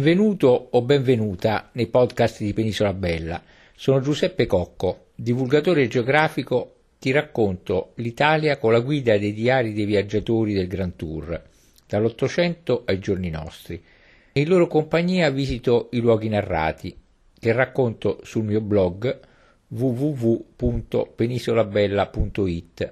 Benvenuto o benvenuta nei podcast di Penisola Bella. Sono Giuseppe Cocco, divulgatore geografico. Ti racconto l'Italia con la guida dei diari dei viaggiatori del Grand Tour, dall'Ottocento ai giorni nostri. In loro compagnia visito i luoghi narrati, che racconto sul mio blog www.penisolabella.it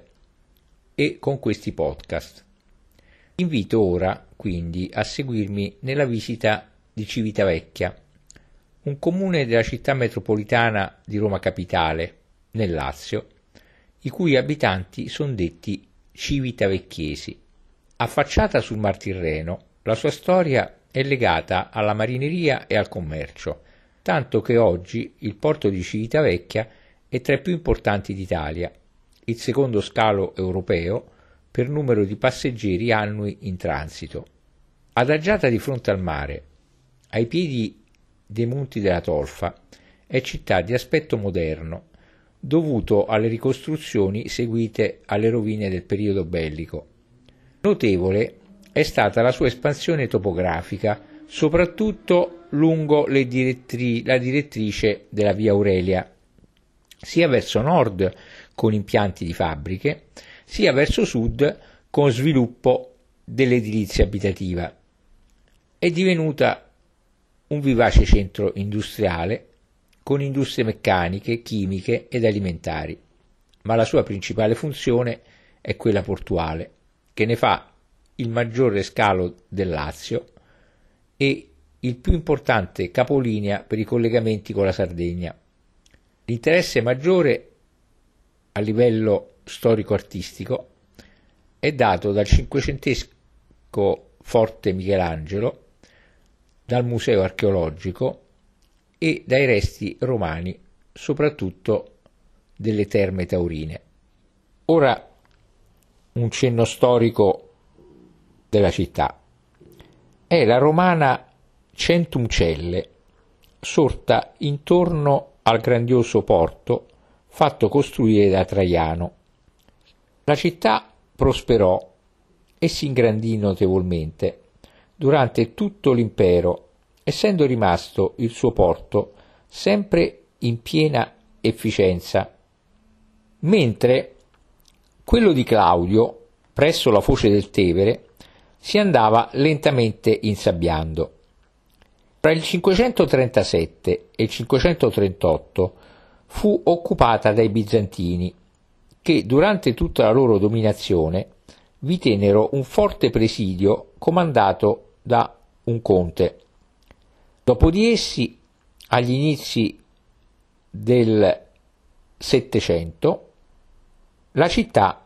e con questi podcast. Invito ora quindi a seguirmi nella visita di Civitavecchia, un comune della città metropolitana di Roma Capitale, nel Lazio, i cui abitanti sono detti civitavecchiesi. Affacciata sul Mar Tirreno, la sua storia è legata alla marineria e al commercio, tanto che oggi il porto di Civitavecchia è tra i più importanti d'Italia, il secondo scalo europeo per numero di passeggeri annui in transito. Adagiata di fronte al mare, ai piedi dei Monti della Tolfa, è città di aspetto moderno, dovuto alle ricostruzioni seguite alle rovine del periodo bellico. Notevole è stata la sua espansione topografica, soprattutto lungo la direttrice della Via Aurelia, sia verso nord con impianti di fabbriche, sia verso sud con sviluppo dell'edilizia abitativa. È divenuta un vivace centro industriale con industrie meccaniche, chimiche ed alimentari, ma la sua principale funzione è quella portuale, che ne fa il maggiore scalo del Lazio e il più importante capolinea per i collegamenti con la Sardegna. L'interesse maggiore a livello storico-artistico è dato dal cinquecentesco Forte Michelangelo, dal museo archeologico e dai resti romani, soprattutto delle Terme Taurine. Ora un cenno storico della città. È la romana Centumcelle, sorta intorno al grandioso porto fatto costruire da Traiano. La città prosperò e si ingrandì notevolmente durante tutto l'impero, essendo rimasto il suo porto sempre in piena efficienza, mentre quello di Claudio, presso la foce del Tevere, si andava lentamente insabbiando. Tra il 537 e il 538 fu occupata dai bizantini, che durante tutta la loro dominazione vi tennero un forte presidio comandato da un conte. Dopo di essi, agli inizi del Settecento, la città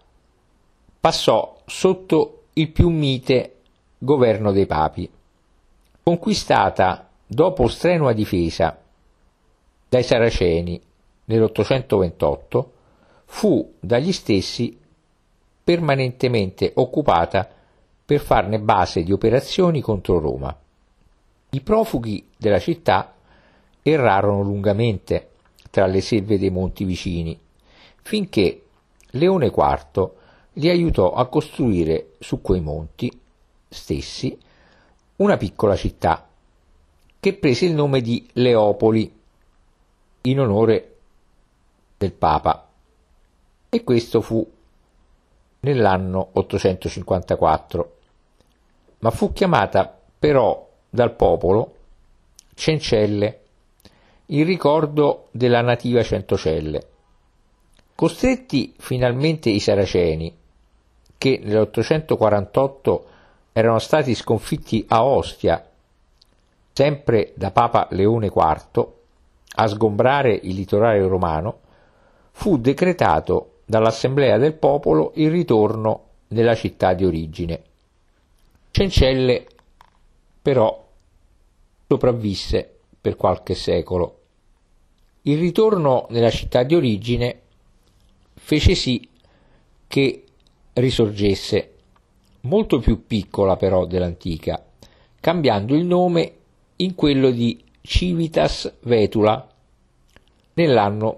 passò sotto il più mite governo dei papi. Conquistata dopo strenua difesa dai Saraceni nell'828, fu dagli stessi permanentemente occupata per farne base di operazioni contro Roma. I profughi della città errarono lungamente tra le selve dei monti vicini, finché Leone IV li aiutò a costruire su quei monti stessi una piccola città, che prese il nome di Leopoli, in onore del Papa, e questo fu nell'anno 854, ma fu chiamata però dal popolo Cencelle, in ricordo della nativa Centocelle. Costretti finalmente i Saraceni, che nell'848 erano stati sconfitti a Ostia, sempre da Papa Leone IV, a sgombrare il litorale romano, fu decretato dall'Assemblea del popolo il ritorno nella città di origine. Cencelle però sopravvisse per qualche secolo. Il ritorno nella città di origine fece sì che risorgesse, molto più piccola però dell'antica, cambiando il nome in quello di Civitas Vetula nell'anno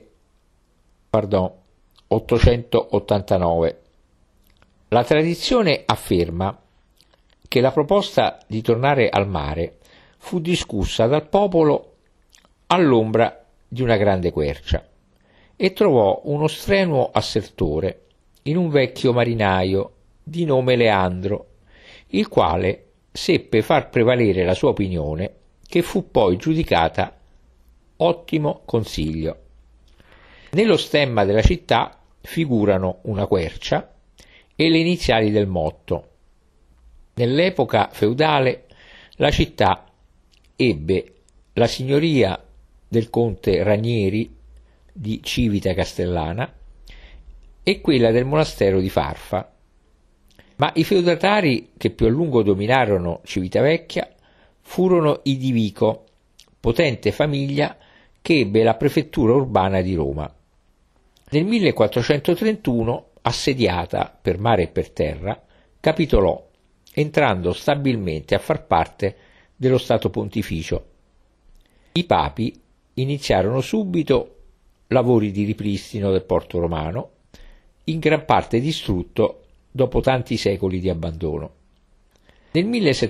889. La tradizione afferma che la proposta di tornare al mare fu discussa dal popolo all'ombra di una grande quercia e trovò uno strenuo assertore in un vecchio marinaio di nome Leandro, il quale seppe far prevalere la sua opinione, che fu poi giudicata ottimo consiglio. Nello stemma della città figurano una quercia e le iniziali del motto. Nell'epoca feudale la città ebbe la signoria del conte Ranieri di Civita Castellana e quella del monastero di Farfa, ma i feudatari che più a lungo dominarono Civitavecchia furono i Di Vico, potente famiglia che ebbe la prefettura urbana di Roma. Nel 1431, assediata per mare e per terra, capitolò, entrando stabilmente a far parte dello Stato Pontificio. I papi iniziarono subito lavori di ripristino del porto romano, in gran parte distrutto dopo tanti secoli di abbandono. Nel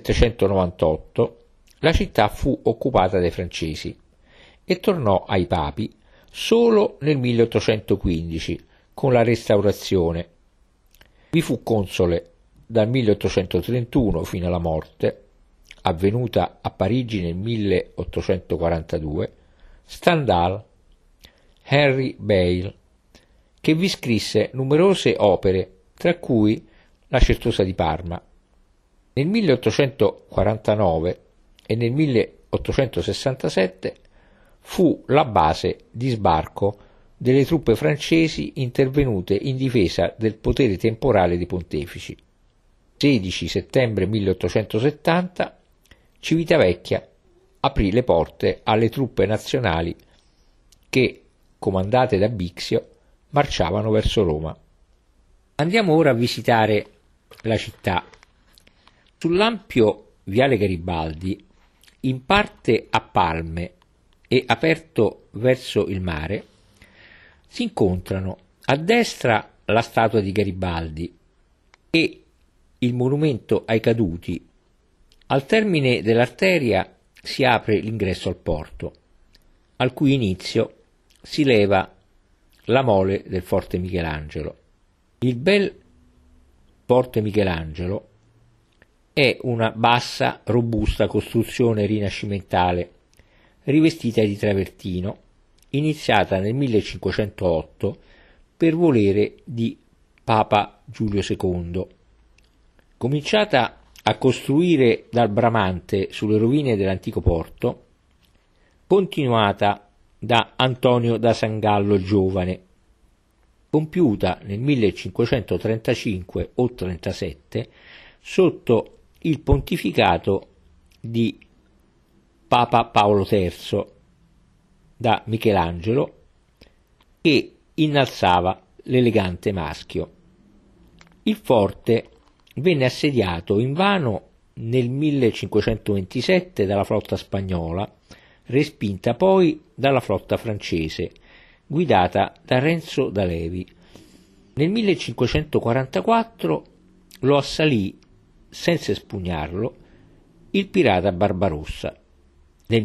1798 la città fu occupata dai francesi e tornò ai papi solo nel 1815 con la Restaurazione. Vi fu console dal 1831 fino alla morte, avvenuta a Parigi nel 1842, Stendhal, Henry Bale, che vi scrisse numerose opere, tra cui La Certosa di Parma. Nel 1849 e nel 1867 fu la base di sbarco delle truppe francesi intervenute in difesa del potere temporale dei pontefici. 16 settembre 1870 Civitavecchia aprì le porte alle truppe nazionali che, comandate da Bixio, marciavano verso Roma. Andiamo ora a visitare la città. Sull'ampio viale Garibaldi, in parte a palme e aperto verso il mare, si incontrano a destra la statua di Garibaldi e il monumento ai caduti. Al termine dell'arteria si apre l'ingresso al porto, al cui inizio si leva la mole del Forte Michelangelo. Il bel Forte Michelangelo è una bassa, robusta costruzione rinascimentale rivestita di travertino, iniziata nel 1508 per volere di Papa Giulio II. Cominciata a costruire dal Bramante sulle rovine dell'antico porto, continuata da Antonio da Sangallo il Giovane, compiuta nel 1535 o 37 sotto il pontificato di Papa Paolo III da Michelangelo, che innalzava l'elegante maschio. Il forte venne assediato invano nel 1527 dalla flotta spagnola, respinta poi dalla flotta francese, guidata da Renzo d'Alevi. Nel 1544 lo assalì, senza espugnarlo, il pirata Barbarossa. Nel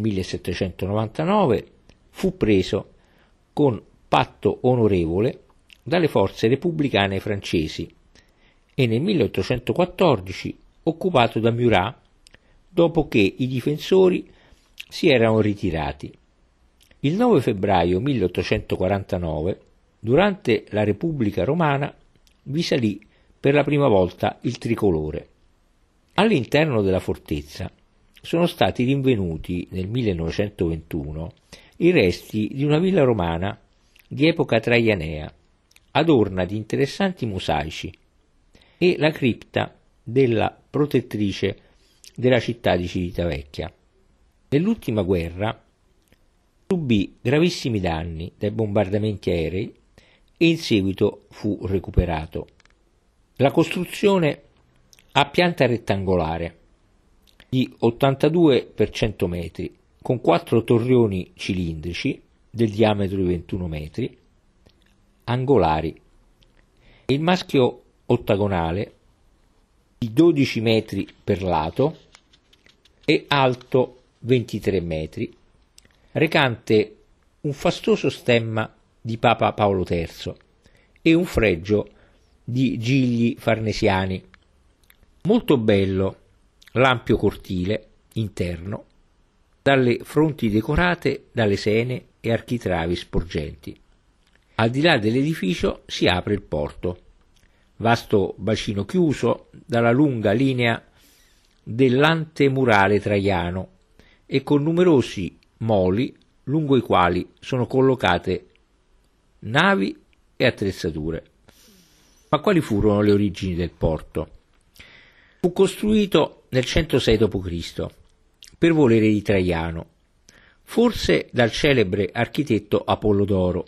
1799 fu preso con patto onorevole dalle forze repubblicane francesi e nel 1814 occupato da Murat dopo che i difensori si erano ritirati. Il 9 febbraio 1849, durante la Repubblica Romana, vi salì per la prima volta il tricolore. All'interno della fortezza sono stati rinvenuti nel 1921 i resti di una villa romana di epoca traianea, adorna di interessanti mosaici, e la cripta della protettrice della città di Civitavecchia. Nell'ultima guerra subì gravissimi danni dai bombardamenti aerei e in seguito fu recuperato. La costruzione ha pianta rettangolare di 82 per 100 metri, con 4 torrioni cilindrici del diametro di 21 metri, angolari. Il maschio ottagonale di 12 metri per lato e alto 23 metri, recante un fastoso stemma di Papa Paolo III e un fregio di gigli farnesiani. Molto bello l'ampio cortile interno, dalle fronti decorate da lesene e architravi sporgenti. Al di là dell'edificio si apre il porto, vasto bacino chiuso dalla lunga linea dell'antemurale traiano e con numerosi moli lungo i quali sono collocate navi e attrezzature. Ma quali furono le origini del porto? Fu costruito nel 106 d.C. per volere di Traiano, forse dal celebre architetto Apollodoro.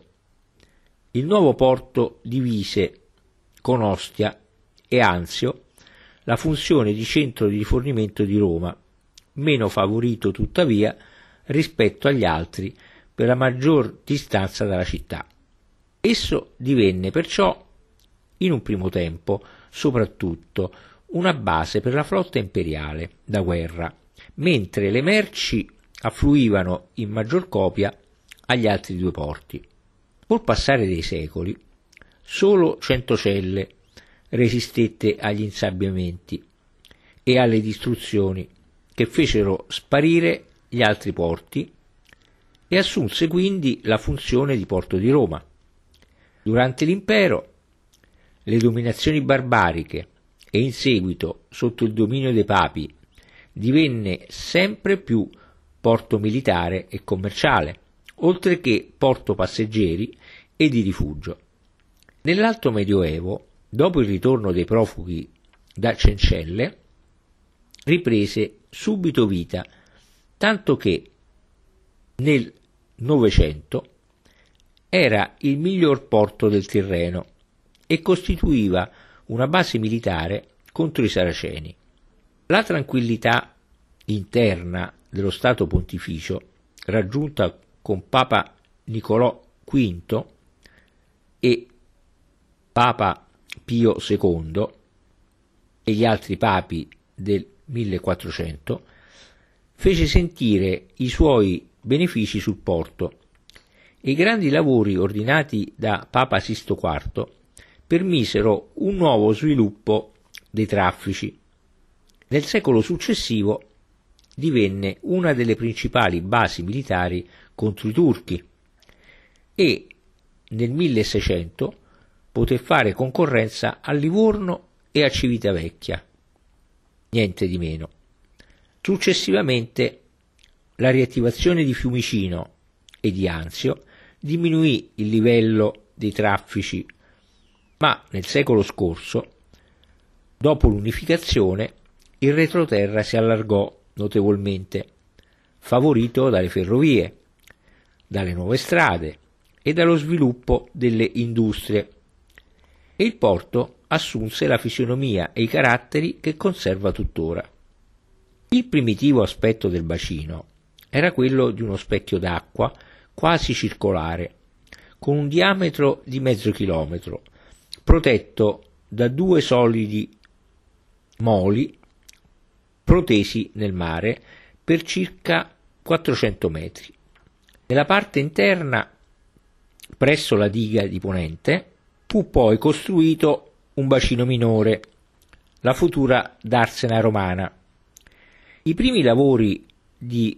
Il nuovo porto divise con Ostia e Anzio la funzione di centro di rifornimento di Roma, meno favorito tuttavia rispetto agli altri per la maggior distanza dalla città. Esso divenne perciò, in un primo tempo, soprattutto una base per la flotta imperiale da guerra, mentre le merci affluivano in maggior copia agli altri due porti. Col passare dei secoli, solo Centocelle resistette agli insabbiamenti e alle distruzioni che fecero sparire gli altri porti e assunse quindi la funzione di porto di Roma. Durante l'impero, le dominazioni barbariche e in seguito sotto il dominio dei papi divenne sempre più porto militare e commerciale, oltre che porto passeggeri e di rifugio. Nell'Alto Medioevo, dopo il ritorno dei profughi da Cencelle, riprese subito vita, tanto che nel Novecento era il miglior porto del Tirreno e costituiva una base militare contro i Saraceni. La tranquillità interna dello Stato Pontificio, raggiunta con Papa Nicolò V e Papa Pio II e gli altri papi del 1400, fece sentire i suoi benefici sul porto e i grandi lavori ordinati da Papa Sisto IV permisero un nuovo sviluppo dei traffici. Nel secolo successivo divenne una delle principali basi militari contro i turchi e nel 1600 poté fare concorrenza a Livorno e a Civitavecchia, niente di meno. Successivamente la riattivazione di Fiumicino e di Anzio diminuì il livello dei traffici, ma nel secolo scorso, dopo l'unificazione, il retroterra si allargò notevolmente, favorito dalle ferrovie, dalle nuove strade e dallo sviluppo delle industrie, e il porto assunse la fisionomia e i caratteri che conserva tuttora. Il primitivo aspetto del bacino era quello di uno specchio d'acqua quasi circolare, con un diametro di mezzo chilometro, protetto da due solidi moli protesi nel mare per circa 400 metri. Nella parte interna, presso la diga di Ponente, fu poi costruito un bacino minore, la futura Darsena romana. I primi lavori di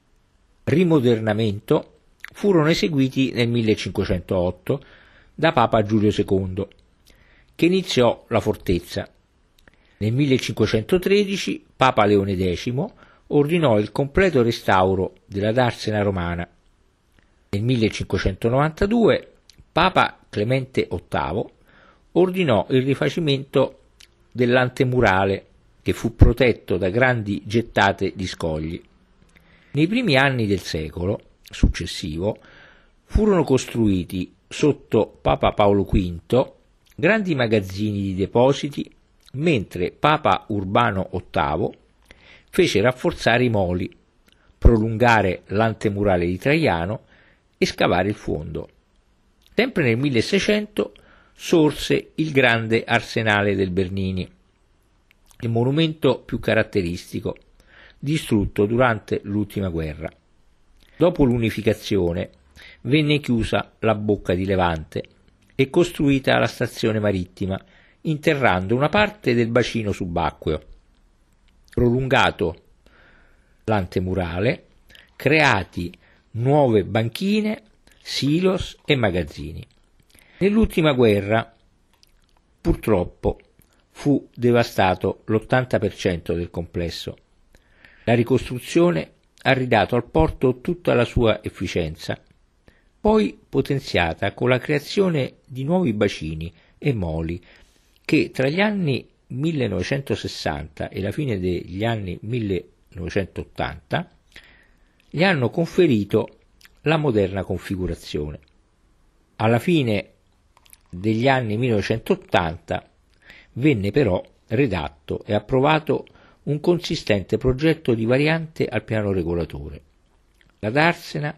rimodernamento furono eseguiti nel 1508 da Papa Giulio II, che iniziò la fortezza. Nel 1513 Papa Leone X ordinò il completo restauro della Darsena romana. Nel 1592 Papa Clemente VIII ordinò il rifacimento dell'antemurale, che fu protetto da grandi gettate di scogli. Nei primi anni del secolo successivo furono costruiti sotto Papa Paolo V grandi magazzini di depositi, mentre Papa Urbano VIII fece rafforzare i moli, prolungare l'antemurale di Traiano e scavare il fondo. Sempre nel 1600 sorse il grande arsenale del Bernini, il monumento più caratteristico, distrutto durante l'ultima guerra. Dopo l'unificazione venne chiusa la bocca di Levante e costruita la stazione marittima, interrando una parte del bacino subacqueo, prolungato l'antemurale, creati nuove banchine, silos e magazzini. Nell'ultima guerra, purtroppo, fu devastato l'80% del complesso. La ricostruzione ha ridato al porto tutta la sua efficienza, poi potenziata con la creazione di nuovi bacini e moli che tra gli anni 1960 e la fine degli anni 1980 gli hanno conferito la moderna configurazione. Alla fine degli anni 1980 venne però redatto e approvato un consistente progetto di variante al piano regolatore. La Darsena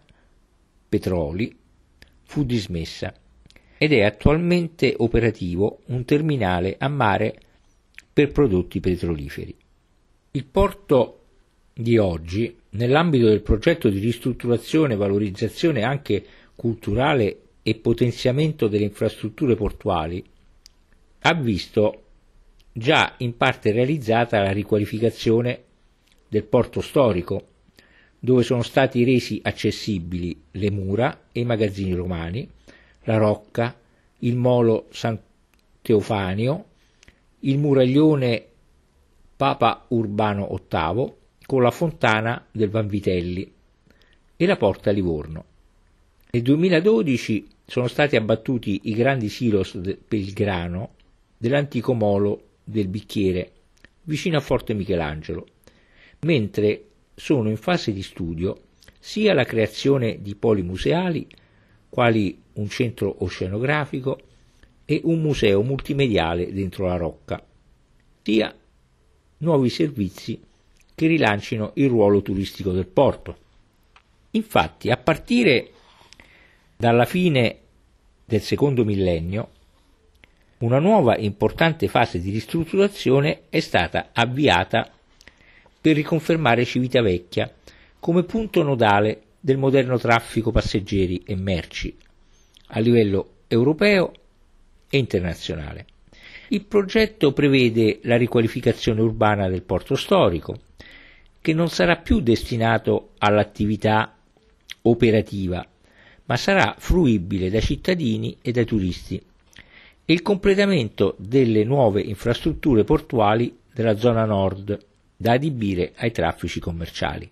Petroli fu dismessa ed è attualmente operativo un terminale a mare per prodotti petroliferi. Il porto di oggi, nell'ambito del progetto di ristrutturazione e valorizzazione anche culturale e potenziamento delle infrastrutture portuali, ha visto già in parte realizzata la riqualificazione del porto storico, dove sono stati resi accessibili le mura e i magazzini romani, la rocca, il molo San Teofanio, il muraglione Papa Urbano VIII con la fontana del Vanvitelli e la porta Livorno. Nel 2012 sono stati abbattuti i grandi silos per il grano dell'antico molo del Bicchiere vicino a Forte Michelangelo, mentre sono in fase di studio sia la creazione di poli museali, quali un centro oceanografico e un museo multimediale dentro la rocca, sia nuovi servizi che rilancino il ruolo turistico del porto. Infatti, a partire dalla fine del secondo millennio, una nuova importante fase di ristrutturazione è stata avviata per riconfermare Civitavecchia come punto nodale del moderno traffico passeggeri e merci a livello europeo e internazionale. Il progetto prevede la riqualificazione urbana del porto storico, che non sarà più destinato all'attività operativa, ma sarà fruibile dai cittadini e dai turisti, e il completamento delle nuove infrastrutture portuali della zona nord da adibire ai traffici commerciali.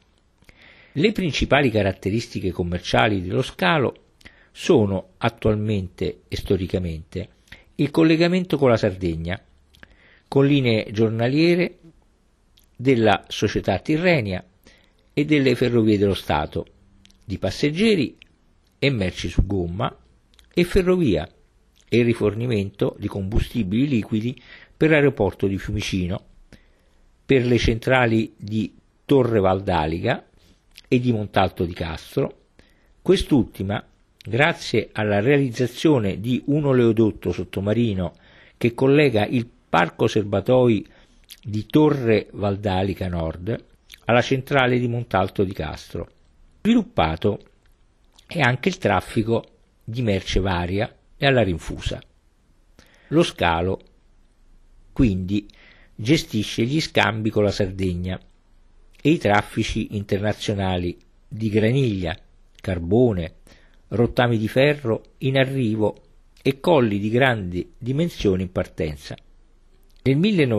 Le principali caratteristiche commerciali dello scalo sono attualmente e storicamente il collegamento con la Sardegna, con linee giornaliere della società Tirrenia e delle ferrovie dello Stato, di passeggeri e merci su gomma e ferrovia e il rifornimento di combustibili liquidi per l'aeroporto di Fiumicino, per le centrali di Torre Valdaliga e di Montalto di Castro, quest'ultima grazie alla realizzazione di un oleodotto sottomarino che collega il parco serbatoi di Torre Valdalica Nord alla centrale di Montalto di Castro. Sviluppato è anche il traffico di merce varia e alla rinfusa. Lo scalo quindi gestisce gli scambi con la Sardegna e i traffici internazionali di graniglia, carbone, rottami di ferro in arrivo e colli di grandi dimensioni in partenza. Nel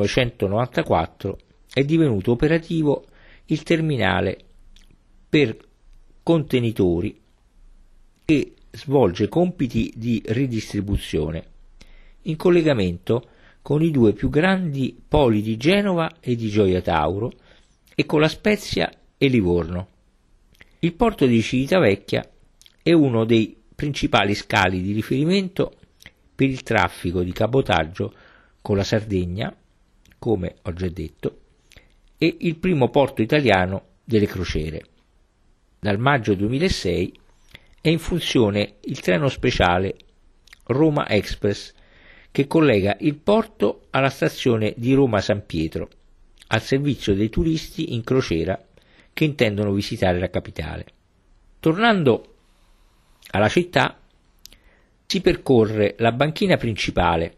1994 è divenuto operativo il terminale per contenitori che svolge compiti di ridistribuzione in collegamento con i due più grandi poli di Genova e di Gioia Tauro e con La Spezia e Livorno. Il porto di Civitavecchia è uno dei principali scali di riferimento per il traffico di cabotaggio con la Sardegna, come ho già detto, e il primo porto italiano delle crociere. Dal maggio 2006 è in funzione il treno speciale Roma Express che collega il porto alla stazione di Roma San Pietro, al servizio dei turisti in crociera che intendono visitare la capitale. Tornando alla città, si percorre la banchina principale,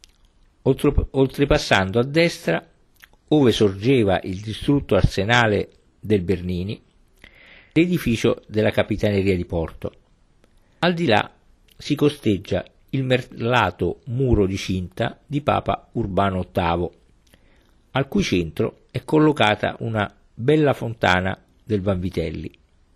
oltrepassando a destra, ove sorgeva il distrutto arsenale del Bernini, l'edificio della Capitaneria di Porto. Al di là si costeggia il merlato muro di cinta di Papa Urbano VIII, al cui centro è collocata una bella fontana del Vanvitelli.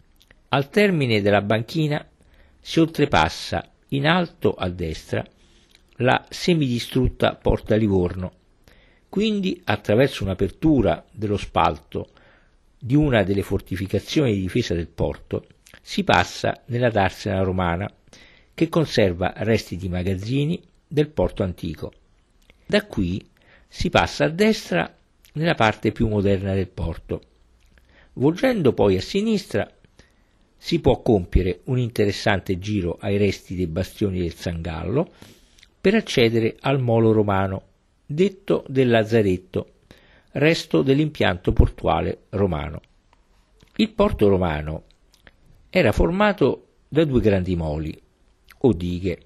Al termine della banchina si oltrepassa in alto a destra la semidistrutta Porta Livorno, quindi attraverso un'apertura dello spalto di una delle fortificazioni di difesa del porto si passa nella darsena romana, che conserva resti di magazzini del porto antico. Da qui si passa a destra nella parte più moderna del porto. Volgendo poi a sinistra si può compiere un interessante giro ai resti dei bastioni del San Gallo per accedere al molo romano, detto del Lazzaretto, resto dell'impianto portuale romano. Il porto romano era formato da due grandi moli, o dighe,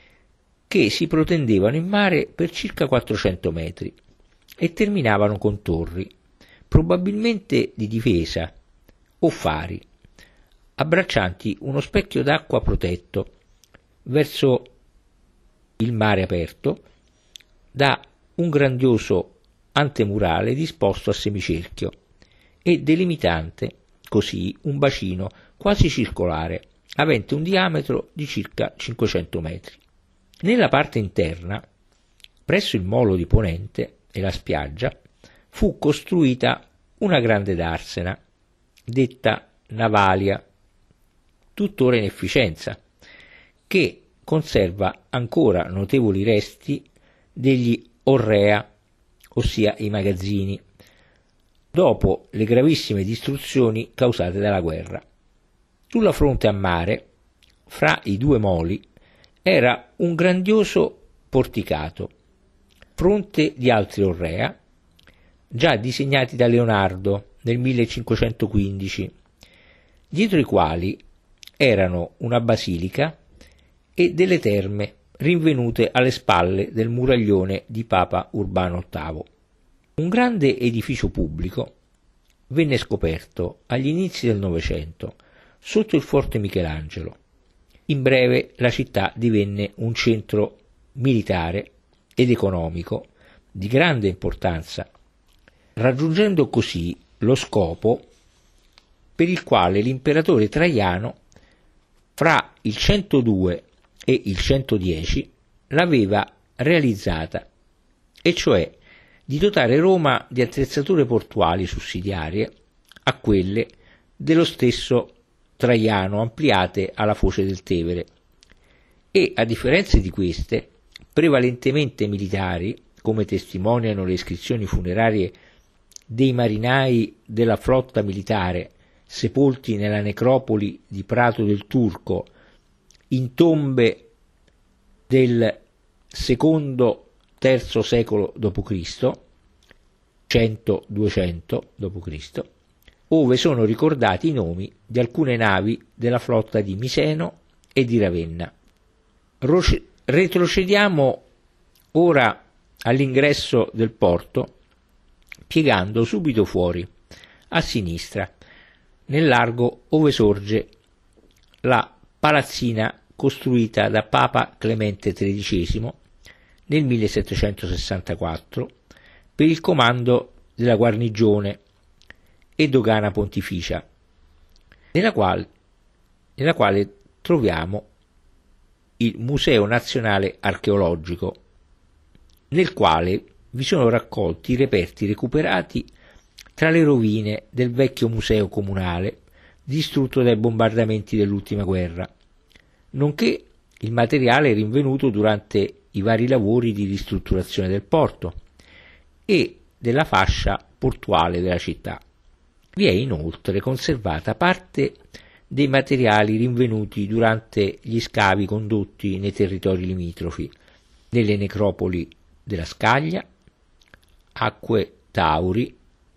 che si protendevano in mare per circa 400 metri e terminavano con torri, probabilmente di difesa, o fari, abbraccianti uno specchio d'acqua protetto verso il mare aperto da un grandioso antemurale disposto a semicerchio e delimitante così un bacino quasi circolare avente un diametro di circa 500 metri. Nella parte interna, presso il molo di ponente e la spiaggia, fu costruita una grande darsena, detta Navalia, tuttora in efficienza, che conserva ancora notevoli resti degli Orrea, ossia i magazzini, dopo le gravissime distruzioni causate dalla guerra. Sulla fronte a mare, fra i due moli, era un grandioso porticato, fronte di altri Orrea, già disegnati da Leonardo nel 1515, dietro i quali erano una basilica e delle terme rinvenute alle spalle del muraglione di Papa Urbano VIII. Un grande edificio pubblico venne scoperto agli inizi del Novecento sotto il Forte Michelangelo. In breve la città divenne un centro militare ed economico di grande importanza, raggiungendo così lo scopo per il quale l'imperatore Traiano fra il 102 e il 110 l'aveva realizzata, e cioè di dotare Roma di attrezzature portuali sussidiarie a quelle dello stesso Traiano ampliate alla foce del Tevere e, a differenza di queste, prevalentemente militari, come testimoniano le iscrizioni funerarie dei marinai della flotta militare sepolti nella necropoli di Prato del Turco in tombe del secondo-terzo secolo d.C., 100-200 d.C., ove sono ricordati i nomi di alcune navi della flotta di Miseno e di Ravenna. Retrocediamo ora all'ingresso del porto, piegando subito fuori, a sinistra, nel largo ove sorge la palazzina costruita da Papa Clemente XIII nel 1764 per il comando della guarnigione e dogana pontificia, nella quale troviamo il Museo Nazionale Archeologico, nel quale vi sono raccolti i reperti recuperati tra le rovine del vecchio museo comunale distrutto dai bombardamenti dell'ultima guerra, nonché il materiale rinvenuto durante i vari lavori di ristrutturazione del porto e della fascia portuale della città. Vi è inoltre conservata parte dei materiali rinvenuti durante gli scavi condotti nei territori limitrofi, nelle necropoli della Scaglia, Acque Tauri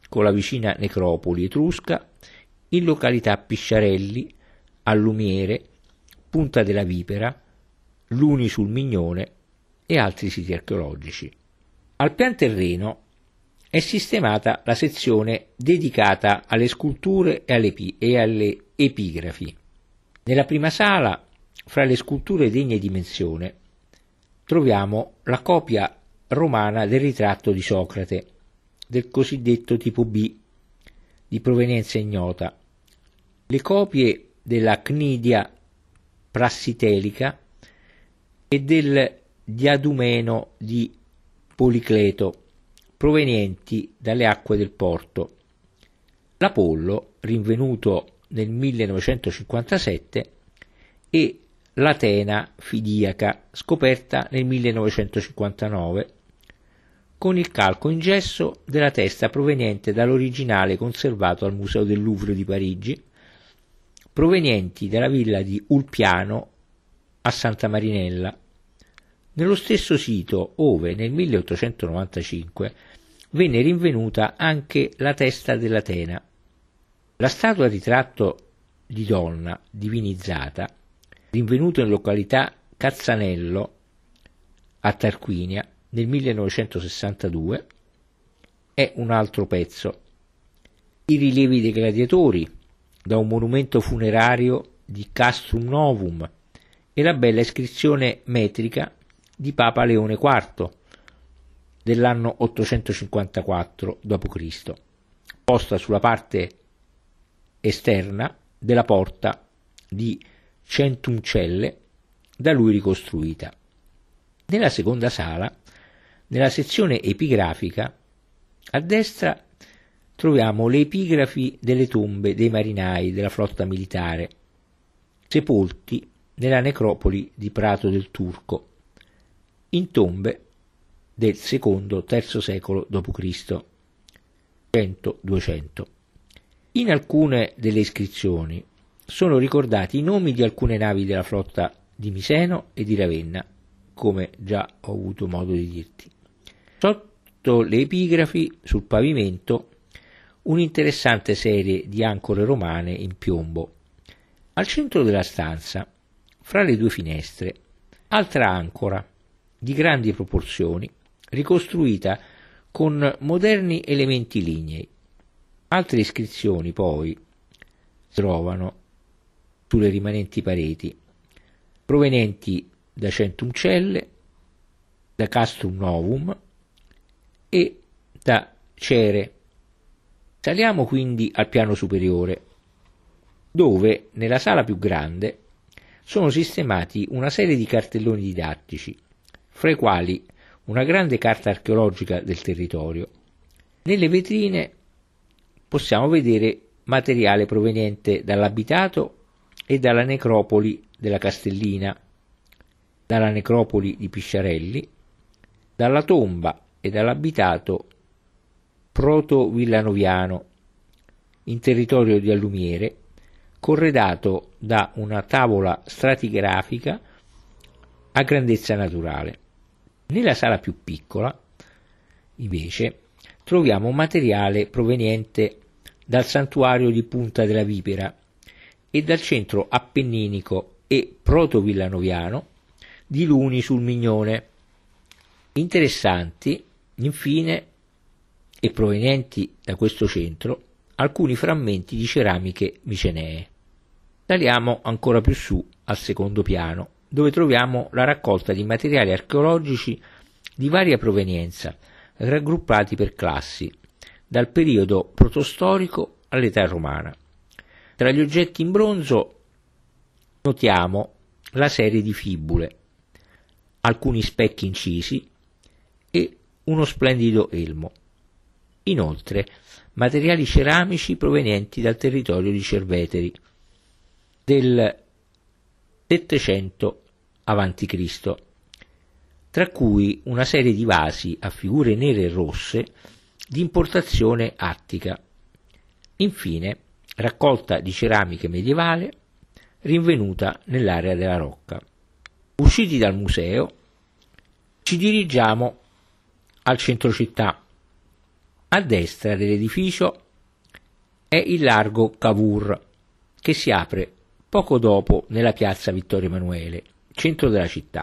con la vicina necropoli etrusca, in località Pisciarelli, Allumiere, Punta della Vipera, Luni sul Mignone e altri siti archeologici. Al pian terreno è sistemata la sezione dedicata alle sculture e alle epigrafi. Nella prima sala, fra le sculture degne di menzione, troviamo la copia romana del ritratto di Socrate, del cosiddetto tipo B, di provenienza ignota, le copie della Cnidia prassitelica e del Diadumeno di Policleto, provenienti dalle acque del porto, l'Apollo, rinvenuto nel 1957, e l'Atena Fidiaca, scoperta nel 1959, con il calco in gesso della testa proveniente dall'originale conservato al Museo del Louvre di Parigi, provenienti dalla villa di Ulpiano a Santa Marinella, nello stesso sito ove nel 1895 venne rinvenuta anche la testa dell'Atena. La statua ritratto di donna divinizzata, rinvenuta in località Cazzanello a Tarquinia nel 1962, è un altro pezzo. I rilievi dei gladiatori da un monumento funerario di Castrum Novum e la bella iscrizione metrica di Papa Leone IV dell'anno 854 d.C., posta sulla parte esterna della porta di Centumcelle da lui ricostruita. Nella seconda sala, nella sezione epigrafica, a destra troviamo le epigrafi delle tombe dei marinai della flotta militare, sepolti nella necropoli di Prato del Turco, in tombe del secondo-terzo secolo d.C., 100-200. In alcune delle iscrizioni sono ricordati i nomi di alcune navi della flotta di Miseno e di Ravenna, come già ho avuto modo di dirti. Sotto le epigrafi, sul pavimento, un'interessante serie di ancore romane in piombo. Al centro della stanza, fra le due finestre, altra ancora di grandi proporzioni, ricostruita con moderni elementi lignei. Altre iscrizioni poi si trovano sulle rimanenti pareti, provenienti da Centumcelle, da Castrum Novum e da Cere. Saliamo quindi al piano superiore, dove nella sala più grande sono sistemati una serie di cartelloni didattici, fra i quali una grande carta archeologica del territorio. Nelle vetrine possiamo vedere materiale proveniente dall'abitato e dalla necropoli della Castellina, dalla necropoli di Pisciarelli, dalla tomba e dall'abitato proto-villanoviano in territorio di Allumiere, corredato da una tavola stratigrafica a grandezza naturale. Nella sala più piccola, invece, troviamo materiale proveniente dal santuario di Punta della Vipera e dal centro appenninico e proto-villanoviano di Luni sul Mignone. Interessanti, infine, e provenienti da questo centro, alcuni frammenti di ceramiche micenee. Saliamo ancora più su, al secondo piano, dove troviamo la raccolta di materiali archeologici di varia provenienza, raggruppati per classi, dal periodo protostorico all'età romana. Tra gli oggetti in bronzo notiamo la serie di fibule, alcuni specchi incisi e uno splendido elmo. Inoltre, materiali ceramici provenienti dal territorio di Cerveteri del 700 a.C., tra cui una serie di vasi a figure nere e rosse di importazione attica. Infine, raccolta di ceramiche medievale rinvenuta nell'area della Rocca. Usciti dal museo, ci dirigiamo al centro città, A destra dell'edificio è il largo Cavour, che si apre poco dopo nella piazza Vittorio Emanuele, centro della città,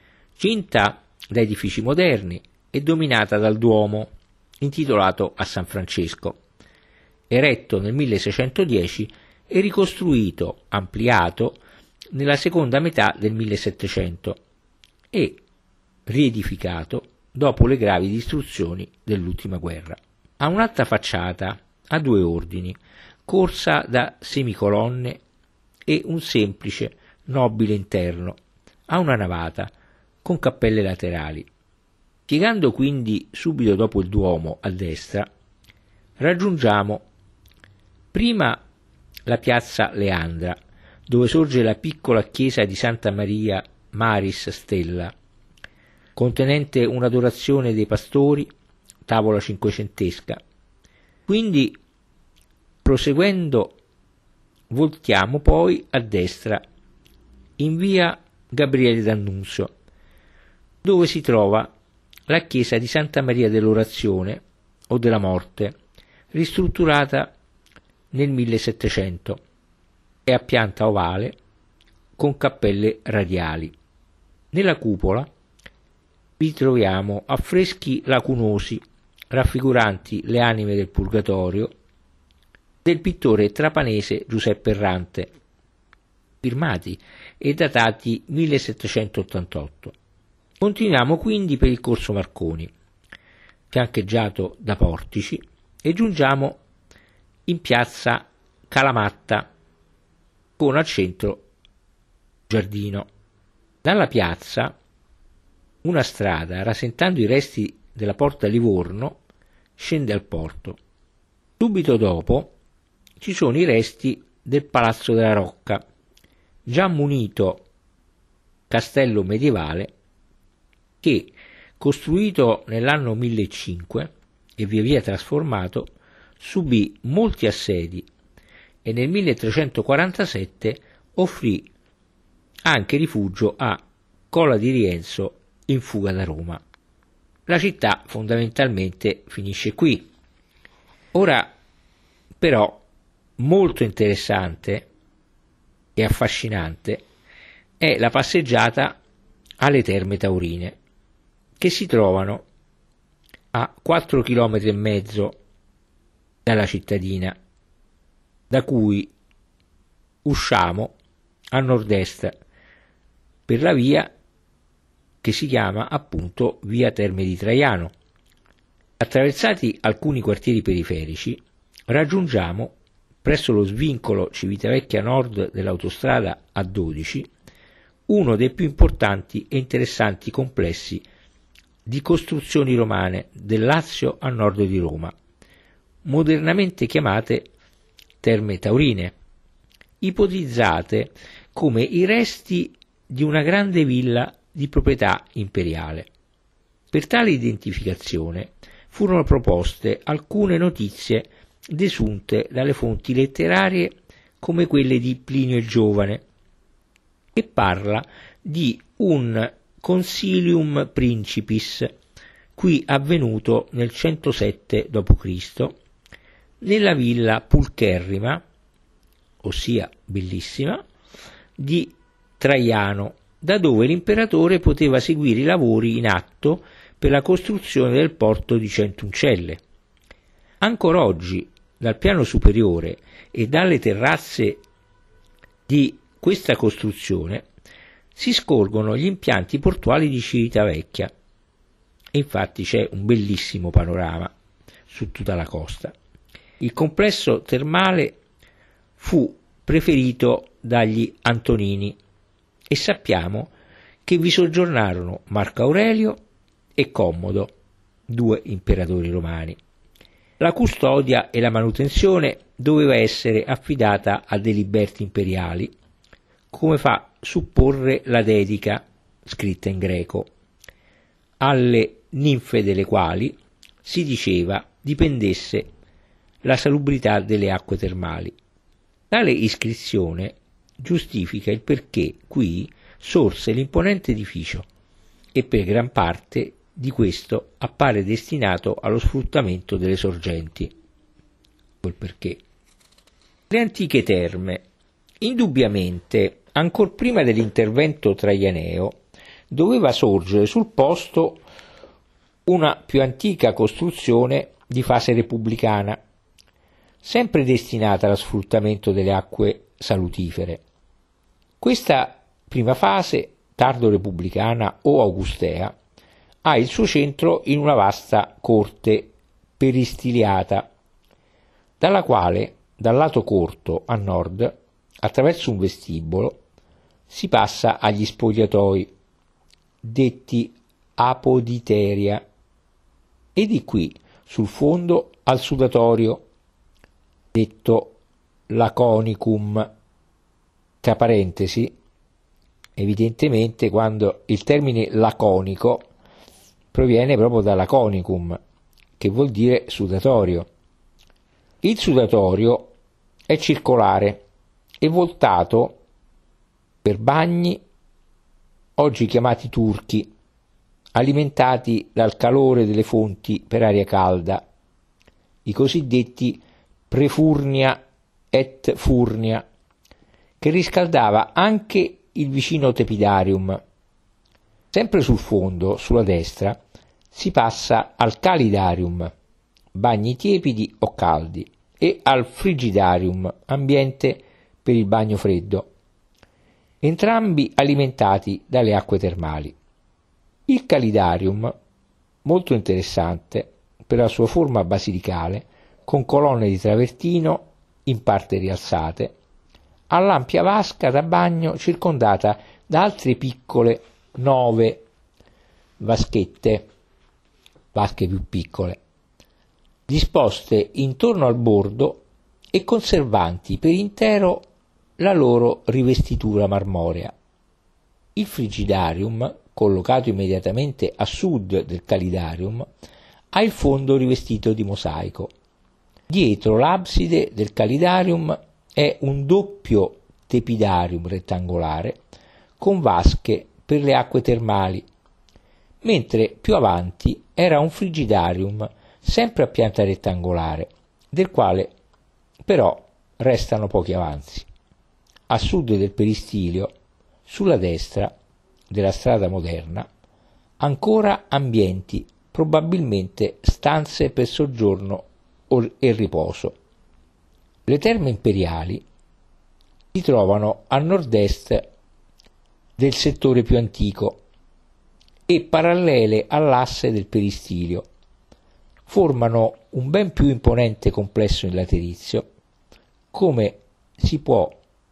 cinta da edifici moderni e dominata dal Duomo, intitolato a San Francesco, eretto nel 1610 e ricostruito, ampliato, nella seconda metà del 1700 e riedificato dopo le gravi distruzioni dell'ultima guerra. Ha un'alta facciata a due ordini, corsa da semicolonne, e un semplice, nobile interno, a una navata, con cappelle laterali. Piegando quindi subito dopo il Duomo a destra, raggiungiamo prima la piazza Leandra, dove sorge la piccola chiesa di Santa Maria Maris Stella, contenente un'adorazione dei pastori, tavola cinquecentesca. Quindi, proseguendo, voltiamo poi a destra in via Gabriele d'Annunzio, dove si trova la chiesa di Santa Maria dell'Orazione o della Morte, ristrutturata nel 1700. È a pianta ovale con cappelle radiali. Nella cupola vi troviamo affreschi lacunosi raffiguranti le anime del Purgatorio del pittore trapanese Giuseppe Errante, firmati e datati 1788. Continuiamo quindi per il corso Marconi, fiancheggiato da portici, e giungiamo in piazza Calamatta, con al centro giardino. Dalla piazza una strada, rasentando i resti della porta Livorno, scende al porto. Subito dopo ci sono i resti del Palazzo della Rocca, già munito castello medievale che, costruito nell'anno 1005 e via via trasformato, subì molti assedi e nel 1347 offrì anche rifugio a Cola di Rienzo in fuga da Roma. La città fondamentalmente finisce qui. Ora, però, molto interessante e affascinante è la passeggiata alle Terme Taurine, che si trovano a 4 km e mezzo dalla cittadina, da cui usciamo a nord-est per la via che si chiama appunto via Terme di Traiano. Attraversati alcuni quartieri periferici, raggiungiamo presso lo svincolo Civitavecchia Nord dell'autostrada A12 uno dei più importanti e interessanti complessi di costruzioni romane del Lazio a nord di Roma, modernamente chiamate Terme Taurine, ipotizzate come i resti di una grande villa di proprietà imperiale. Per tale identificazione furono proposte alcune notizie desunte dalle fonti letterarie come quelle di Plinio il Giovane, che parla di un consilium principis qui avvenuto nel 107 d.C. nella villa pulcherrima, ossia bellissima, di Traiano, da dove l'imperatore poteva seguire i lavori in atto per la costruzione del porto di Centuncelle. Ancora oggi, dal piano superiore e dalle terrazze di questa costruzione si scorgono gli impianti portuali di Civitavecchia e infatti c'è un bellissimo panorama su tutta la costa. Il complesso termale fu preferito dagli Antonini e sappiamo che vi soggiornarono Marco Aurelio e Commodo, due imperatori romani. La custodia e la manutenzione doveva essere affidata a dei liberti imperiali, come fa supporre la dedica, scritta in greco, alle ninfe delle quali si diceva dipendesse la salubrità delle acque termali. Tale iscrizione giustifica il perché qui sorse l'imponente edificio e per gran parte di questo appare destinato allo sfruttamento delle sorgenti. Quel perché. Le antiche terme. Indubbiamente, ancor prima dell'intervento traianeo, doveva sorgere sul posto una più antica costruzione di fase repubblicana, sempre destinata allo sfruttamento delle acque salutifere. Questa prima fase, tardo repubblicana o augustea, ha il suo centro in una vasta corte peristiliata, dalla quale, dal lato corto a nord, attraverso un vestibolo, si passa agli spogliatoi, detti apoditeria, e di qui sul fondo al sudatorio, detto laconicum. Tra parentesi, evidentemente quando il termine laconico proviene proprio da laconicum, che vuol dire sudatorio. Il sudatorio è circolare e voltato per bagni, oggi chiamati turchi, alimentati dal calore delle fonti per aria calda, i cosiddetti prefurnia et furnia, che riscaldava anche il vicino tepidarium. Sempre sul fondo, sulla destra, si passa al calidarium, bagni tiepidi o caldi, e al frigidarium, ambiente per il bagno freddo, entrambi alimentati dalle acque termali. Il calidarium, molto interessante per la sua forma basilicale, con colonne di travertino in parte rialzate, ha l'ampia vasca da bagno circondata da altre piccole 9 vasche più piccole, disposte intorno al bordo e conservanti per intero la loro rivestitura marmorea. Il frigidarium, collocato immediatamente a sud del calidarium, ha il fondo rivestito di mosaico. Dietro l'abside del calidarium è un doppio tepidarium rettangolare con vasche per le acque termali, mentre più avanti era un frigidarium sempre a pianta rettangolare, del quale però restano pochi avanzi. A sud del peristilio, sulla destra della strada moderna, ancora ambienti, probabilmente stanze per soggiorno e riposo. Le terme imperiali si trovano a nord-est del settore più antico e parallele all'asse del peristilio. Formano un ben più imponente complesso in laterizio, come si può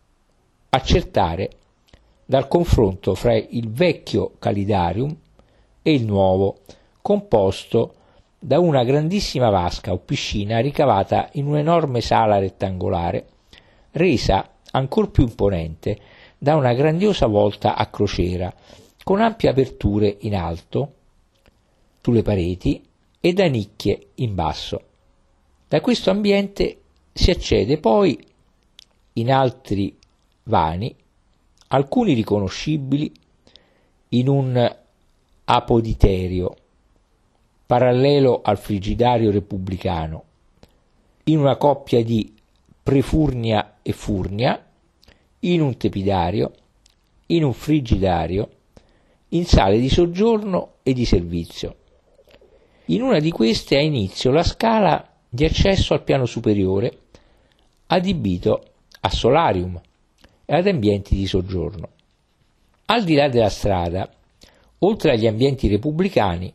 accertare dal confronto fra il vecchio calidarium e il nuovo, composto da una grandissima vasca o piscina ricavata in un'enorme sala rettangolare, resa ancor più imponente da una grandiosa volta a crociera, con ampie aperture in alto, sulle pareti, e da nicchie in basso. Da questo ambiente si accede poi in altri vani, alcuni riconoscibili, in un apoditerio parallelo al frigidario repubblicano, in una coppia di prefurnia e furnia, in un tepidario, in un frigidario, in sale di soggiorno e di servizio. In una di queste ha inizio la scala di accesso al piano superiore, adibito a solarium e ad ambienti di soggiorno. Al di là della strada, oltre agli ambienti repubblicani,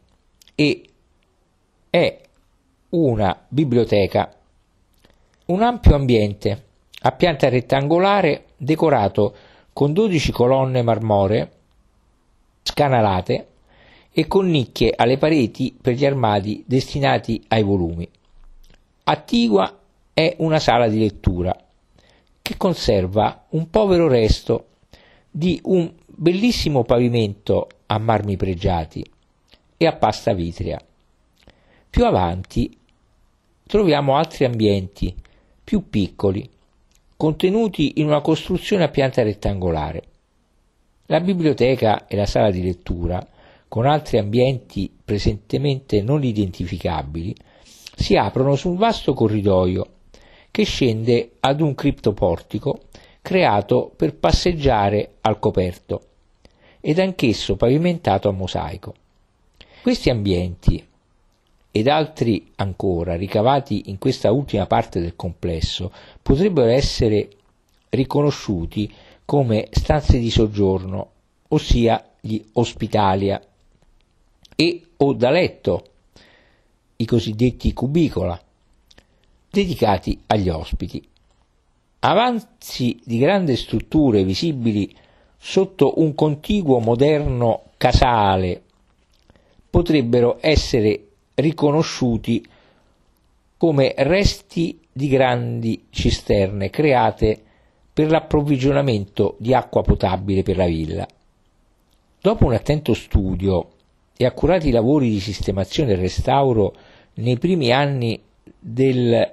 è una biblioteca, un ampio ambiente a pianta rettangolare decorato con 12 colonne marmoree scanalate e con nicchie alle pareti per gli armadi destinati ai volumi. Attigua è una sala di lettura che conserva un povero resto di un bellissimo pavimento a marmi pregiati e a pasta vitrea. Più avanti troviamo altri ambienti più piccoli, contenuti in una costruzione a pianta rettangolare. La biblioteca e la sala di lettura con altri ambienti presentemente non identificabili, si aprono su un vasto corridoio che scende ad un criptoportico creato per passeggiare al coperto ed anch'esso pavimentato a mosaico. Questi ambienti ed altri ancora ricavati in questa ultima parte del complesso potrebbero essere riconosciuti come stanze di soggiorno, ossia gli ospitalia, e o da letto, i cosiddetti cubicola, dedicati agli ospiti. Avanzi di grandi strutture visibili sotto un contiguo moderno casale potrebbero essere riconosciuti come resti di grandi cisterne create per l'approvvigionamento di acqua potabile per la villa. Dopo un attento studio e accurati lavori di sistemazione e restauro nei primi anni del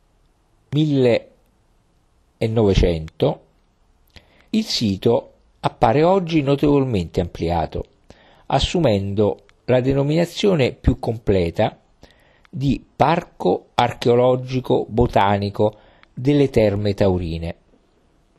1900, il sito appare oggi notevolmente ampliato, assumendo la denominazione più completa di Parco Archeologico Botanico delle Terme Taurine.